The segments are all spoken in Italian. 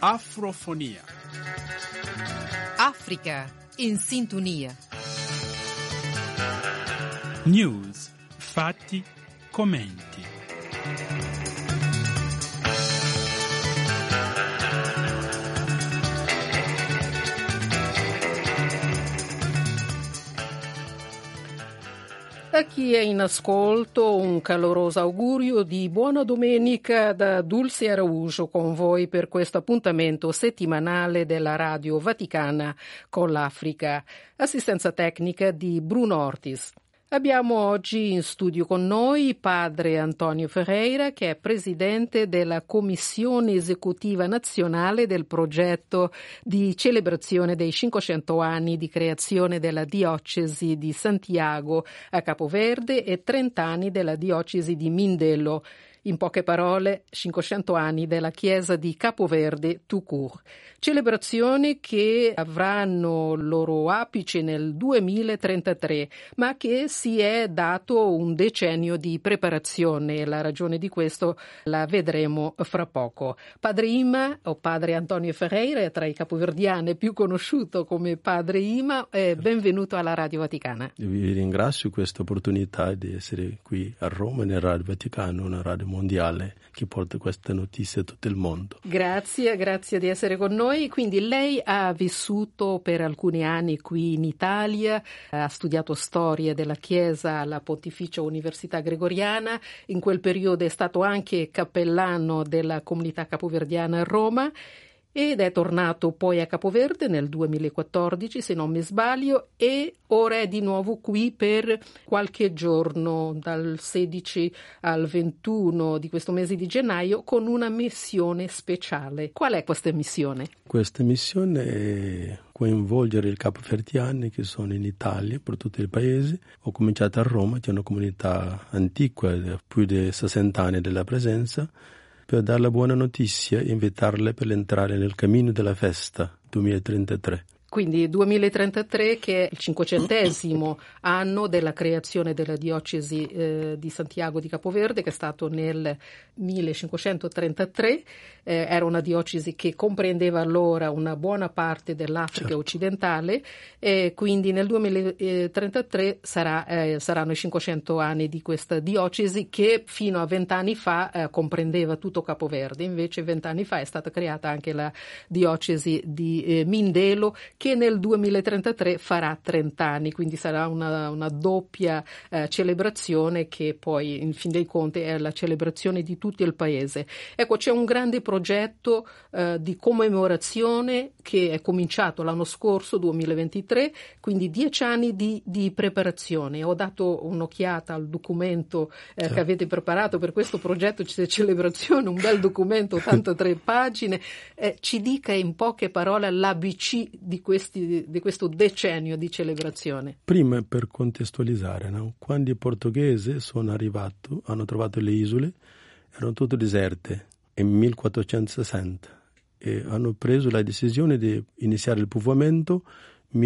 Afrofonia. Africa in sintonia. News, fatti, commenti. A chi è in ascolto un caloroso augurio di buona domenica da Dulce Araujo con voi per questo appuntamento settimanale della Radio Vaticana con l'Africa. Assistenza tecnica di Bruno Ortis. Abbiamo oggi in studio con noi padre Antonio Ferreira, che è presidente della Commissione Esecutiva Nazionale del progetto di celebrazione dei 500 anni di creazione della diocesi di Santiago a Capoverde e 30 anni della diocesi di Mindelo. In poche parole, 500 anni della chiesa di Capoverde tout court. Celebrazioni che avranno il loro apice nel 2033, ma che si è dato un decennio di preparazione e la ragione di questo la vedremo fra poco. Padre Ima, o padre Antonio Ferreira, è tra i capoverdiani più conosciuto come padre Ima, benvenuto alla Radio Vaticana. Vi ringrazio questa opportunità di essere qui a Roma nel Radio Vaticano, una radio mondiale che porta queste notizie a tutto il mondo. Grazie di essere con noi. Quindi lei ha vissuto per alcuni anni qui in Italia, ha studiato storia della Chiesa alla Pontificia Università Gregoriana, in quel periodo è stato anche cappellano della comunità capoverdiana a Roma ed è tornato poi a Capoverde nel 2014, se non mi sbaglio, e ora è di nuovo qui per qualche giorno, dal 16 al 21 di questo mese di gennaio, con una missione speciale. Qual è questa missione? Questa missione è coinvolgere i capoverdiani che sono in Italia, per tutto il paese. Ho cominciato a Roma, che è una comunità antica, più di 60 anni della presenza, per dare la buona notizia e invitarle per entrare nel cammino della festa 2033. Quindi 2033 che è il 500° anno della creazione della diocesi di Santiago di Capoverde, che è stato nel 1533. Era una diocesi che comprendeva allora una buona parte dell'Africa occidentale e quindi nel 2033 saranno i 500 anni di questa diocesi che fino a 20 anni fa comprendeva tutto Capoverde. Invece 20 anni fa è stata creata anche la diocesi di Mindelo, che nel 2033 farà 30 anni, quindi sarà una doppia celebrazione che poi in fin dei conti è la celebrazione di tutto il paese. Ecco, c'è un grande progetto di commemorazione che è cominciato l'anno scorso, 2023, quindi 10 anni di preparazione. Ho dato un'occhiata al documento che avete preparato per questo progetto di celebrazione, un bel documento, 83 pagine. Ci dica in poche parole l'ABC di questo decennio di celebrazione. Prima, per contestualizzare, quando i portoghesi sono arrivati, hanno trovato le isole, erano tutte deserte, nel 1460, e hanno preso la decisione di iniziare il popolamento nel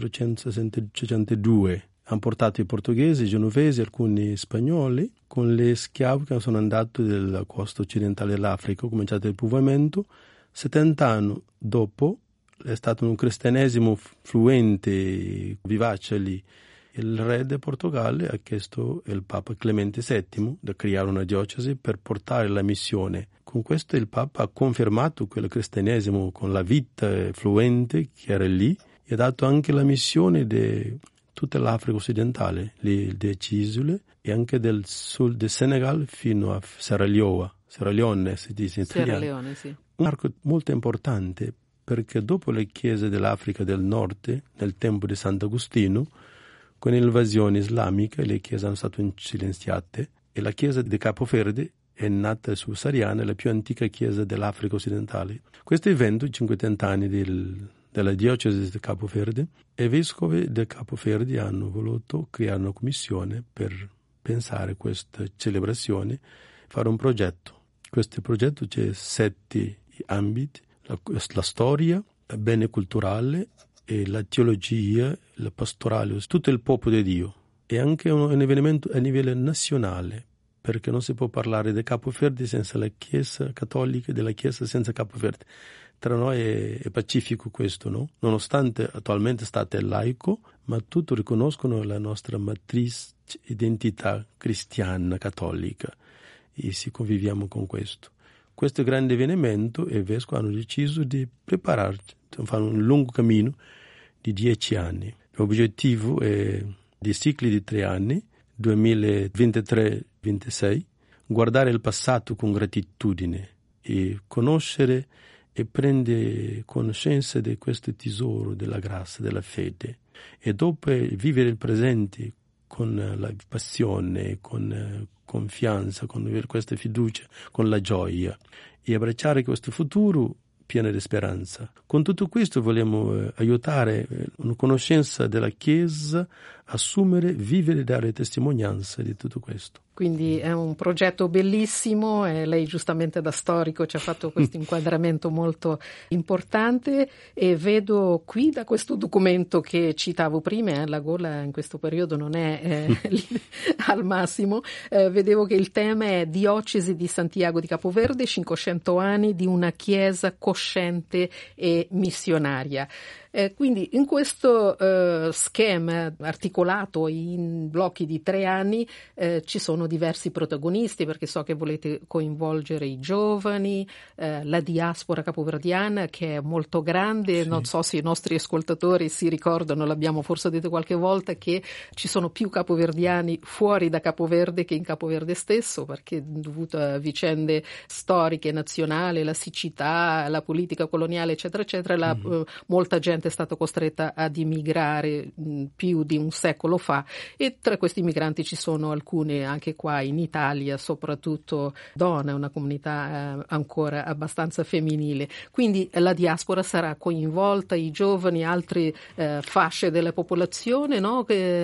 1462. Hanno portato i portoghesi, i genovesi, alcuni spagnoli, con le schiavi che sono andati dalla costa occidentale dell'Africa, ho cominciato il popolamento. 70 anni dopo è stato un cristianesimo fluente, vivace lì. Il re del Portogallo ha chiesto al Papa Clemente VII di creare una diocesi per portare la missione. Con questo il Papa ha confermato quel cristianesimo con la vita fluente che era lì e ha dato anche la missione di tutta l'Africa occidentale, le 10 isole e anche del sud del Senegal fino a Sierra Leone si dice in italiano. Sierra Leone, sì. Un arco molto importante perché dopo le chiese dell'Africa del Nord, nel tempo di Sant'Agostino, con l'invasione islamica le chiese hanno state silenziate e la chiesa di Capoverde è nata subsahariana, la più antica chiesa dell'Africa occidentale. Questo evento, i 500 anni della diocesi di Capoverde, i vescovi di Capoverde hanno voluto creare una commissione per pensare a questa celebrazione, fare un progetto. Questo progetto c'è 7 ambiti: la storia, il bene culturale, e la teologia, la pastorale, tutto il popolo di Dio. È anche un avvenimento a livello nazionale, perché non si può parlare di Capoverde senza la Chiesa cattolica e della Chiesa senza Capoverde. tra noi è pacifico questo, no? Nonostante attualmente state laico, ma tutti riconoscono la nostra matrice identità cristiana, cattolica, e si conviviamo con questo. Questo grande avvenimento, i vescovi hanno deciso di prepararci, fare un lungo cammino di 10 anni. L'obiettivo è di cicli di 3 anni, 2023-26, guardare il passato con gratitudine e conoscere e prendere conoscenza di questo tesoro della grazia, della fede, e dopo vivere il presente con la passione, con confianza, con questa fiducia, con la gioia, e abbracciare questo futuro pieno di speranza. Con tutto questo vogliamo aiutare una conoscenza della Chiesa, assumere, vivere e dare testimonianza di tutto questo. Quindi è un progetto bellissimo e lei giustamente da storico ci ha fatto questo inquadramento molto importante, e vedo qui da questo documento che citavo prima, la gola in questo periodo non è al massimo, vedevo che il tema è Diocesi di Santiago di Capoverde, 500 anni di una Chiesa cosciente e missionaria. Quindi in questo schema articolato in blocchi di 3 anni ci sono diversi protagonisti, perché so che volete coinvolgere i giovani, la diaspora capoverdiana che è molto grande, sì. Non so se i nostri ascoltatori si ricordano, l'abbiamo forse detto qualche volta, che ci sono più capoverdiani fuori da Capoverde che in Capoverde stesso, perché dovuto a vicende storiche, nazionali, la siccità, la politica coloniale eccetera eccetera, molta gente è stata costretta ad immigrare più di un secolo fa, e tra questi migranti ci sono alcune anche qua in Italia, soprattutto donne, una comunità ancora abbastanza femminile. Quindi la diaspora sarà coinvolta, i giovani, altre fasce della popolazione, no?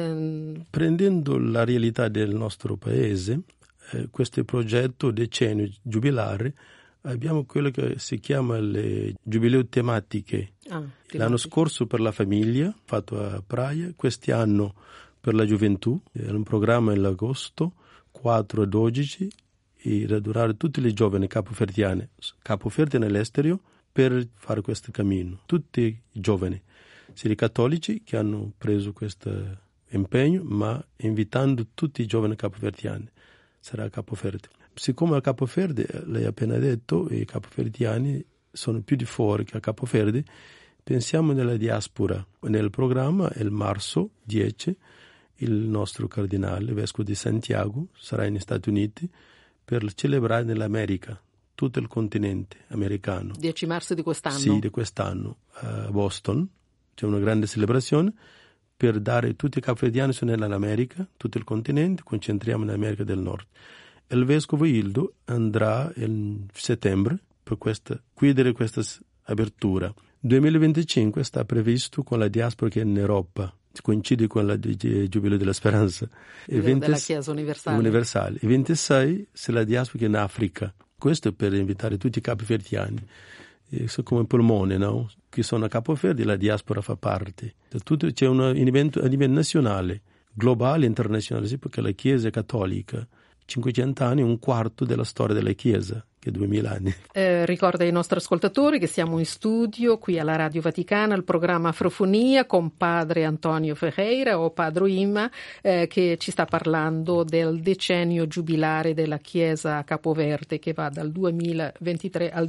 Prendendo la realtà del nostro paese, questo progetto decennio giubilare, abbiamo quello che si chiama le giubileo tematiche. L'anno scorso per la famiglia, fatto a Praia, quest'anno per la gioventù, è un programma in agosto, 4 a 12, e radunare tutti i giovani capoverdiani all'estero per fare questo cammino. Tutti i giovani, sia i cattolici che hanno preso questo impegno, ma invitando tutti i giovani capoverdiani. Sarà a Capoverde. Siccome a Capoverde, lei ha appena detto, i capoverdiani sono più di fuori che a Capoverde, pensiamo nella diaspora. Nel programma, il marzo 10, il nostro cardinale, vescovo di Santiago, sarà negli Stati Uniti per celebrare nell'America, tutto il continente americano. 10 marzo di quest'anno? Sì, di quest'anno, a Boston. C'è una grande celebrazione per dare tutti i capoverdiani sono nell'America, tutto il continente, concentriamo nell'America del Nord. Il vescovo Ildo andrà in settembre per chiudere questa apertura. 2025 sta previsto con la diaspora che è in Europa, coincide con la Giubileo della Speranza. Della Chiesa Universale. E 26 se la diaspora che è in Africa. Questo è per invitare tutti i capoverdiani. Sono come un polmone, no? Che sono a Capoverde, la diaspora fa parte. Tutto c'è un evento a livello nazionale, globale, internazionale, sì, perché la Chiesa è cattolica. 500 anni, un quarto della storia della Chiesa, che è 2000 anni. Ricorda ai nostri ascoltatori che siamo in studio qui alla Radio Vaticana, al programma Afrofonia, con padre Antonio Ferreira o padre Imma, che ci sta parlando del decennio giubilare della Chiesa a Capoverde, che va dal 2023 al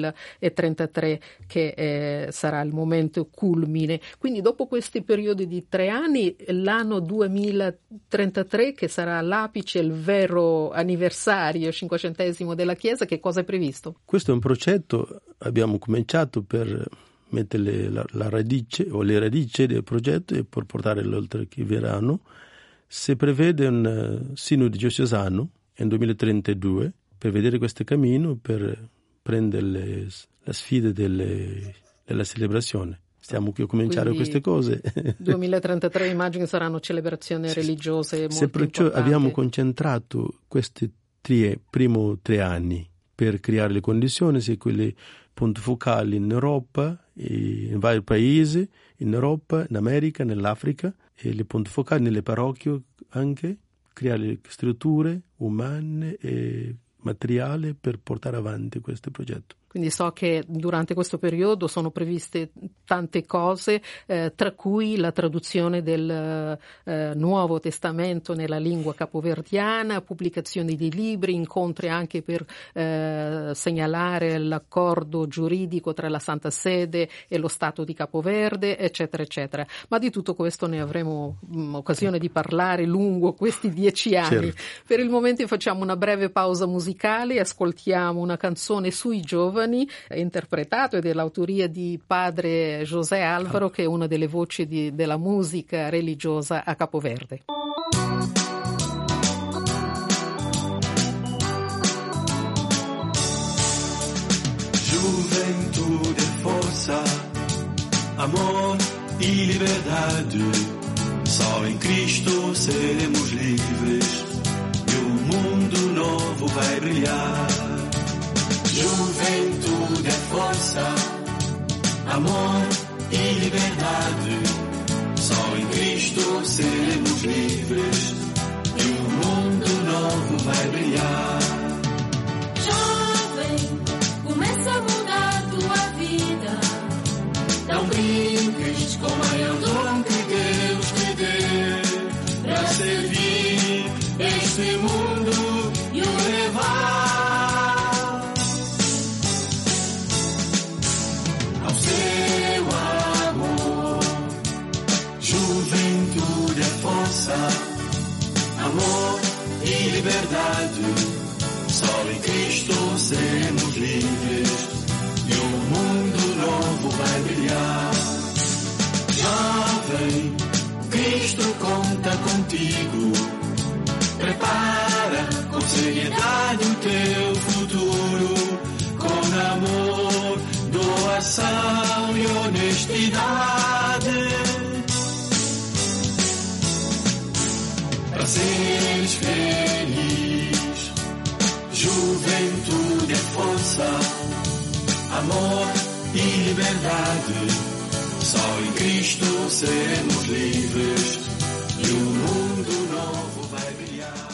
2033, che sarà il momento culmine. Quindi dopo questi periodi di 3 anni, l'anno 2033, che sarà l'apice, il vero anniversario 500° della Chiesa, che cosa è previsto? Questo è un progetto, abbiamo cominciato per mettere la radice o le radici del progetto e per portare l'oltre che verranno. Si prevede un sinodo diocesano nel 2032 per vedere questo cammino, per prendere la sfida della celebrazione. Stiamo qui a cominciare queste cose. 2033 immagino saranno celebrazioni religiose molto importanti. Perciò abbiamo concentrato questi primi 3 anni per creare le condizioni, se quelli punti focali in Europa, in vari paesi, in Europa, in America, nell'Africa, e le punti focali nelle parrocchie anche, creare le strutture umane e materiali per portare avanti questo progetto. Quindi so che durante questo periodo sono previste tante cose, tra cui la traduzione del Nuovo Testamento nella lingua capoverdiana, pubblicazioni di libri, incontri anche per segnalare l'accordo giuridico tra la Santa Sede e lo Stato di Capoverde, eccetera, eccetera. Ma di tutto questo ne avremo occasione di parlare lungo questi 10 anni. Certo. Per il momento facciamo una breve pausa musicale e ascoltiamo una canzone sui giovani, interpretato e dell'autoria di padre José Álvaro, che è una delle voci della musica religiosa a Capoverde. Juventude, força, amor e liberdade. Só em Cristo seremos livres e um mundo novo vai brilhar. Juventude, força, amor e liberdade. Só em Cristo seremos livres e um mundo novo vai brilhar. Começa a mudar tua vida. Não brinques com o maior dom que Deus te deu para servir este mundo e o levar ao seu amor. Juventude é força, amor e liberdade. Só em Cristo seremos livres e um mundo novo vai brilhar. Jovem, Cristo conta contigo. Prepara com seriedade o teu futuro, com amor, doação e honestidade. Para seres feliz. Juventude é força, amor e liberdade. Só em Cristo seremos livres e o mundo novo vai brilhar.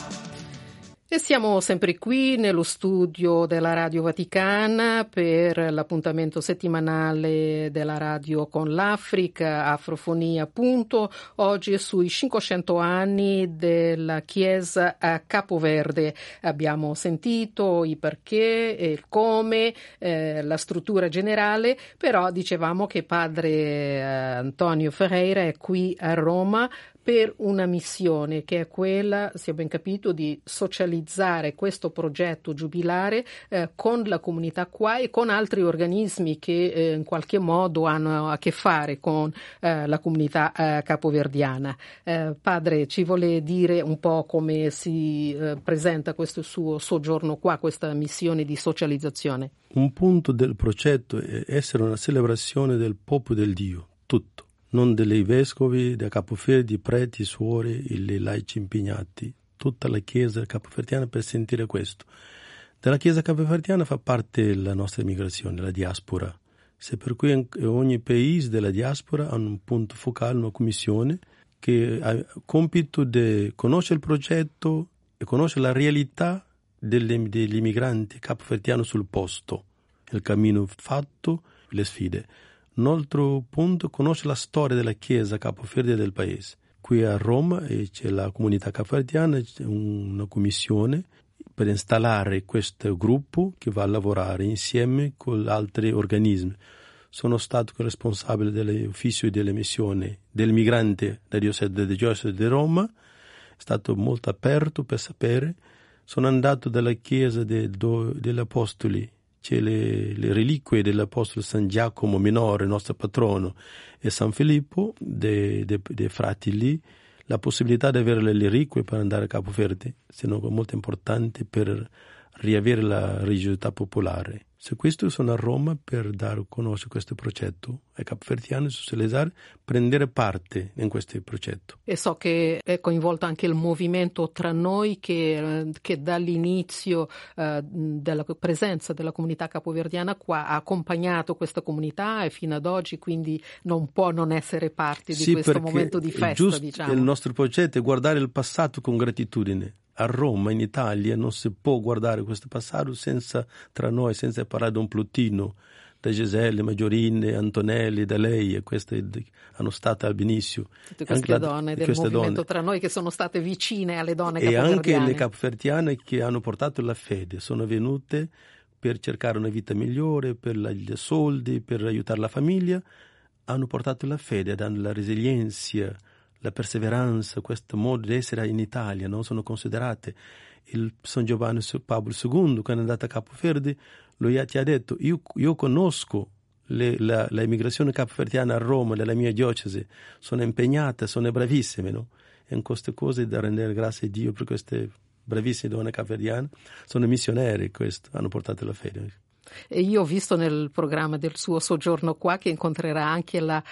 E siamo sempre qui nello studio della Radio Vaticana per l'appuntamento settimanale della radio con l'Africa, Afrofonia appunto. Oggi è sui 500 anni della Chiesa a Capoverde. Abbiamo sentito i perché, il come, la struttura generale, però dicevamo che padre Antonio Ferreira è qui a Roma per una missione che è quella, si è ben capito, di socializzare questo progetto giubilare con la comunità qua e con altri organismi che in qualche modo hanno a che fare con la comunità capoverdiana. Padre, ci vuole dire un po' come si presenta questo suo soggiorno qua, questa missione di socializzazione? Un punto del progetto è essere una celebrazione del popolo del Dio, tutto. Non dei vescovi, dei capoverdi, preti, suore e i laici impegnati, tutta la Chiesa capoverdiana per sentire questo. Della Chiesa capoverdiana fa parte la nostra immigrazione, la diaspora. Se per cui ogni paese della diaspora ha un punto focale, una commissione che ha il compito di conoscere il progetto e conoscere la realtà degli immigranti capoverdiani sul posto, il cammino fatto, le sfide. Un altro punto, conosce la storia della Chiesa Capoverde del paese. Qui a Roma c'è la comunità capoverdiana, c'è una commissione per installare questo gruppo che va a lavorare insieme con altri organismi. Sono stato responsabile dell'ufficio delle missioni del migrante della diocesi di Roma, è stato molto aperto per sapere. Sono andato dalla Chiesa degli Apostoli. C'è le reliquie dell'Apostolo San Giacomo Minore, nostro patrono, e San Filippo, dei frati lì, la possibilità di avere le reliquie per andare a Capoverde, sono molto importanti per riavere la religiosità popolare. Se questo sono a Roma per dare a conoscere questo progetto ai capoverdiani, socializzare, prendere parte in questo progetto. E so che è coinvolto anche il movimento Tra Noi che dall'inizio della presenza della comunità capoverdiana qua ha accompagnato questa comunità e fino ad oggi quindi non può non essere parte di questo momento di festa. Giusto, diciamo. Il nostro progetto è guardare il passato con gratitudine. a Roma, in Italia, non si può guardare questo passaggio senza parlare di un Plutino, da Giselle, Maggiorine, Antonelli, da lei, e queste hanno state all'inizio. Tutte queste donne del movimento Tra Noi che sono state vicine alle donne capoverdiane. E anche le capoverdiane che hanno portato la fede, sono venute per cercare una vita migliore, per i soldi, per aiutare la famiglia, hanno portato la fede, danno la resilienza, la perseveranza, questo modo di essere in Italia, non sono considerate. Il San Giovanni Paolo II, quando è andato a Capoverde, lui ti ha detto: io conosco l'immigrazione capoverdiana a Roma, nella mia diocesi, sono impegnate, sono bravissime, no? E in queste cose da rendere grazie a Dio per queste bravissime donne capoverdiane, sono missionari, questo, hanno portato la fede. E io ho visto nel programma del suo soggiorno qua che incontrerà anche la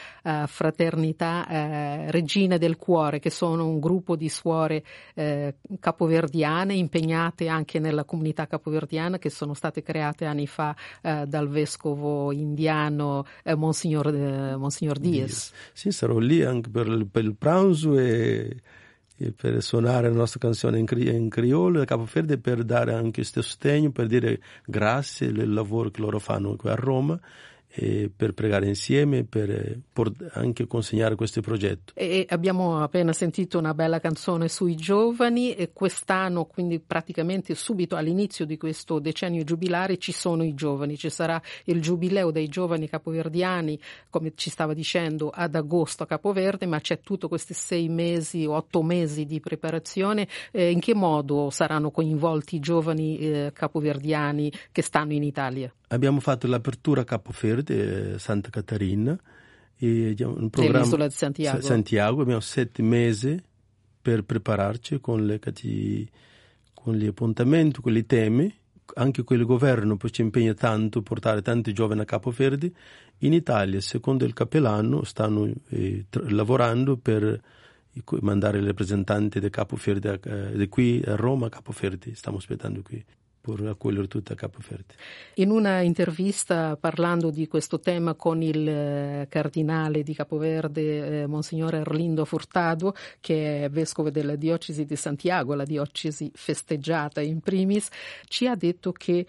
fraternità Regine del Cuore, che sono un gruppo di suore capoverdiane impegnate anche nella comunità capoverdiana, che sono state create anni fa dal vescovo indiano Monsignor Diaz. Sì, sarò lì anche per il pranzo e per suonare la nostra canzone in criolo, Capoverde, per dare anche sostegno, per dire grazie del lavoro che loro fanno qui a Roma, e per pregare insieme, per anche consegnare questo progetto. E abbiamo appena sentito una bella canzone sui giovani, e quest'anno, quindi praticamente subito all'inizio di questo decennio giubilare, ci sono i giovani, ci sarà il giubileo dei giovani capoverdiani, come ci stava dicendo, ad agosto a Capoverde, ma c'è tutto questi 6 mesi, 8 mesi di preparazione. In che modo saranno coinvolti i giovani capoverdiani che stanno in Italia? Abbiamo fatto l'apertura a Capoverde, Santa Caterina, e un programma nell'isola di Santiago. Abbiamo 7 mesi per prepararci con gli appuntamenti, con i temi. Anche quel governo poi ci impegna tanto a portare tanti giovani a Capoverde. In Italia, secondo il cappellano, stanno lavorando per mandare i rappresentanti di Capoverde di qui a Roma a Capoverde. Stiamo aspettando qui per accogliere tutta Capoverde. In una intervista parlando di questo tema con il cardinale di Capoverde, Monsignore Arlindo Furtado, che è vescovo della diocesi di Santiago, la diocesi festeggiata in primis, ci ha detto che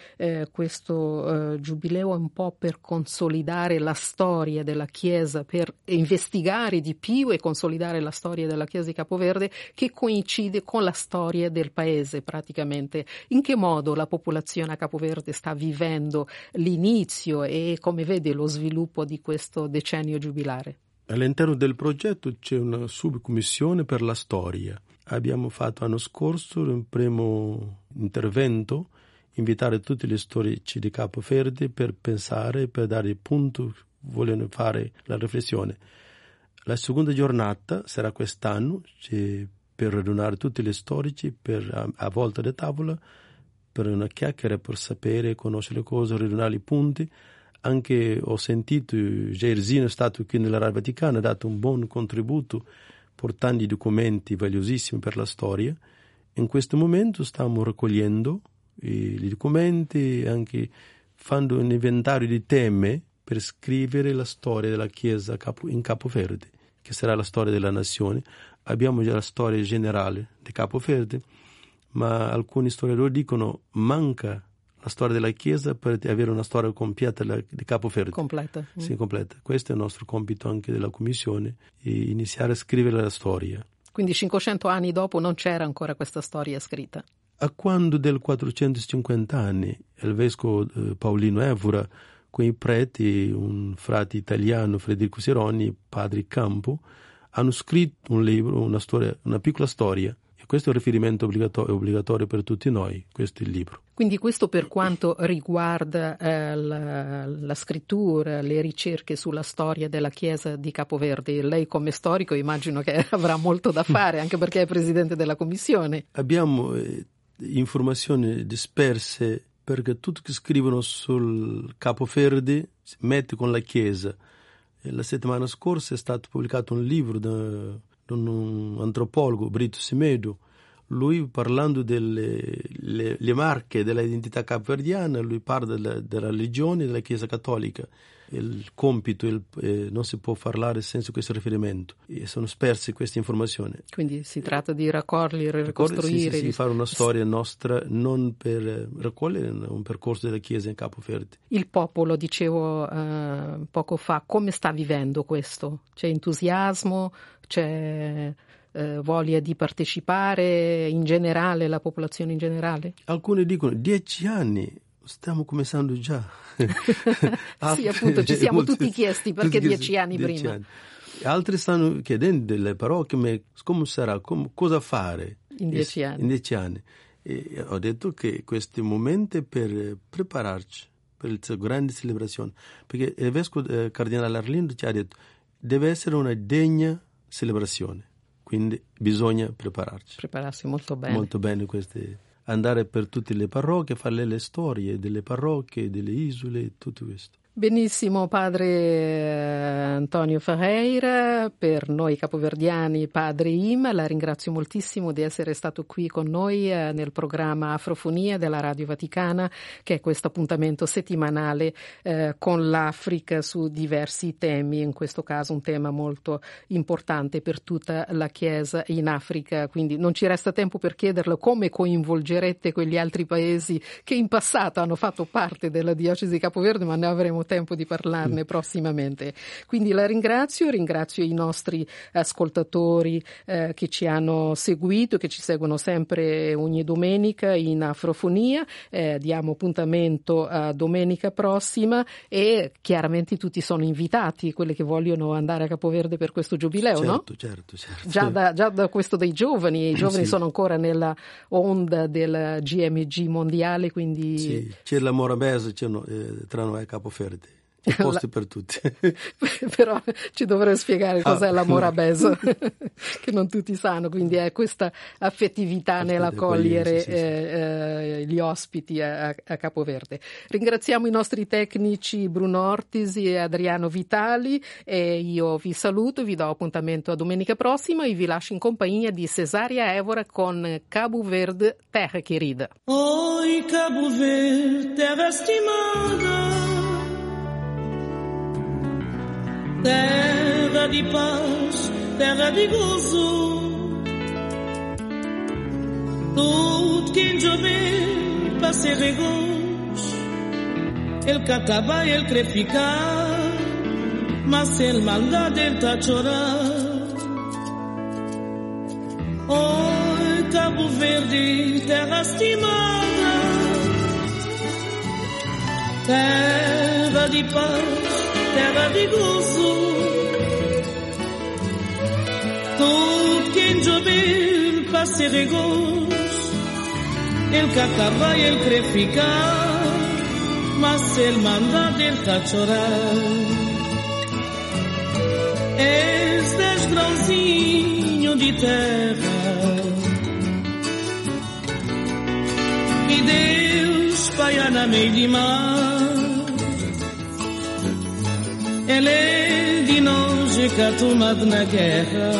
questo giubileo è un po' per consolidare la storia della Chiesa, per investigare di più e consolidare la storia della Chiesa di Capoverde, che coincide con la storia del paese praticamente. In che modo la popolazione a Capoverde sta vivendo l'inizio e come vede lo sviluppo di questo decennio giubilare? All'interno del progetto c'è una subcommissione per la storia. Abbiamo fatto l'anno scorso un primo intervento, invitare tutti gli storici di Capoverde per pensare, per dare punto, vogliono fare la riflessione. La seconda giornata sarà quest'anno, per radunare tutti gli storici a volta di tavola, per una chiacchiera, per sapere, conoscere le cose, radunare i punti. Anche ho sentito Jairzino è stato qui nella Radio Vaticana, ha dato un buon contributo portando i documenti valiosissimi per la storia. In questo momento stiamo raccogliendo i documenti, anche facendo un inventario di temi per scrivere la storia della Chiesa in Capoverde, che sarà la storia della nazione. Abbiamo già la storia generale di Capoverde, ma alcuni storiatori dicono manca la storia della Chiesa per avere una storia completa di Capoverde. Completa. Sì, completa. Questo è il nostro compito anche della Commissione, iniziare a scrivere la storia. Quindi 500 anni dopo non c'era ancora questa storia scritta? A quando del 450 anni il vescovo Paolino Evora, con i preti, un frate italiano, Federico Sironi, padre Campo, hanno scritto un libro, una storia, una piccola storia. Questo è un riferimento obbligatorio per tutti noi, questo è il libro. Quindi questo per quanto riguarda la scrittura, le ricerche sulla storia della Chiesa di Capoverde. Lei come storico immagino che avrà molto da fare, anche perché è presidente della commissione. Abbiamo informazioni disperse, perché tutti che scrivono sul Capoverde si mette con la Chiesa. La settimana scorsa è stato pubblicato un libro un antropologo, Brito Semedo. Lui, parlando delle marche dell'identità capoverdiana, lui parla della religione e della Chiesa cattolica. il compito, non si può parlare senza questo riferimento, e sono sperse queste informazioni. Quindi si tratta di raccogliere, ricostruire. Sì, fare una storia nostra, non per raccogliere un percorso della Chiesa in Capoverde. Il popolo, dicevo poco fa, come sta vivendo questo? C'è entusiasmo? C'è voglia di partecipare in generale, la popolazione in generale? Alcuni dicono 10 anni, stiamo cominciando già. Sì, appunto, ci siamo tutti chiesti perché 10 anni prima. Altri stanno chiedendo delle parrocchie, ma come sarà, cosa fare in 10 anni. In 10 anni. E ho detto che questo momento è per prepararci per la grande celebrazione, perché il vescovo cardinale Arlindo ci ha detto deve essere una degna celebrazione, quindi bisogna prepararsi molto bene andare per tutte le parrocchie, fare le storie delle parrocchie, delle isole, tutto questo. Benissimo, padre Antonio Ferreira, per noi capoverdiani padre Im, la ringrazio moltissimo di essere stato qui con noi nel programma Afrofonia della Radio Vaticana, che è questo appuntamento settimanale con l'Africa su diversi temi, in questo caso un tema molto importante per tutta la Chiesa in Africa, quindi non ci resta tempo per chiederlo come coinvolgerete quegli altri paesi che in passato hanno fatto parte della diocesi di Capoverde, ma ne avremo tempo di parlarne prossimamente. Quindi la ringrazio i nostri ascoltatori che ci hanno seguito, che ci seguono sempre ogni domenica in Afrofonia. Diamo appuntamento a domenica prossima e chiaramente tutti sono invitati, quelli che vogliono andare a Capoverde per questo giubileo, no? Certo. Già da questo dei giovani, i giovani sono ancora nella onda del GMG mondiale, quindi... Sì, c'è la Morabeza tra noi a Capoverde. C'è posti per tutti. Però ci dovrei spiegare cos'è la Morabeza, che non tutti sanno, quindi è questa affettività nell'accogliere gli ospiti a Capoverde. Ringraziamo i nostri tecnici Bruno Ortisi e Adriano Vitali e io vi saluto, vi do appuntamento a domenica prossima e vi lascio in compagnia di Cesaria Evora con Cabo Verde, terra querida. Oi Cabo Verde, terra stimada, terra di paz, terra di gozo, tudo quem jovem para ser regos, el cataba e el creficar, mas el maldad el tá chorar. Oi Cabo Verde, terra estimada, terra de paz, terra de gozo, tudo quem jovem para ser regos, el cataba e el creficar, mas el manda el tá chorar. Estes grãozinho de terra que Deus espalha na meio de mar, ele é de nós que é tomado na guerra.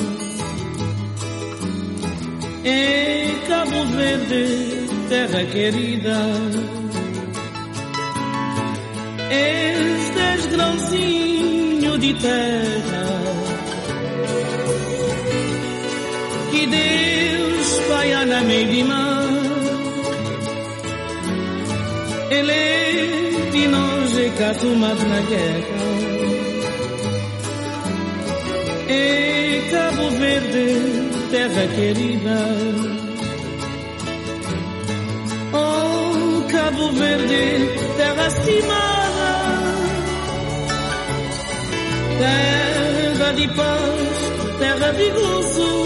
É Cabo Verde, terra querida, estes grãozinho de terra que Deus espalha na meio de mar, ele é de nós que é tomado na guerra. É Cabo Verde, terra querida, oh Cabo Verde, terra estimada, terra de paz, terra de gozo,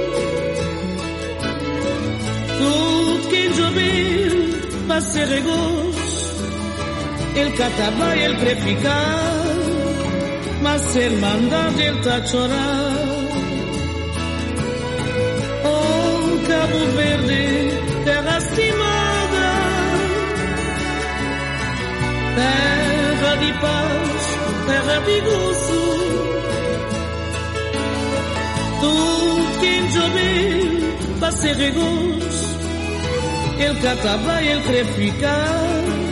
tudo quem jovem para ser regos, el cataba e el creficar, mas el manda del tá chorar. Oh Cabo Verde, terra estimada, terra de paz, terra de gozo, tudo quem jovem para ser regos, el cataba e el creficar,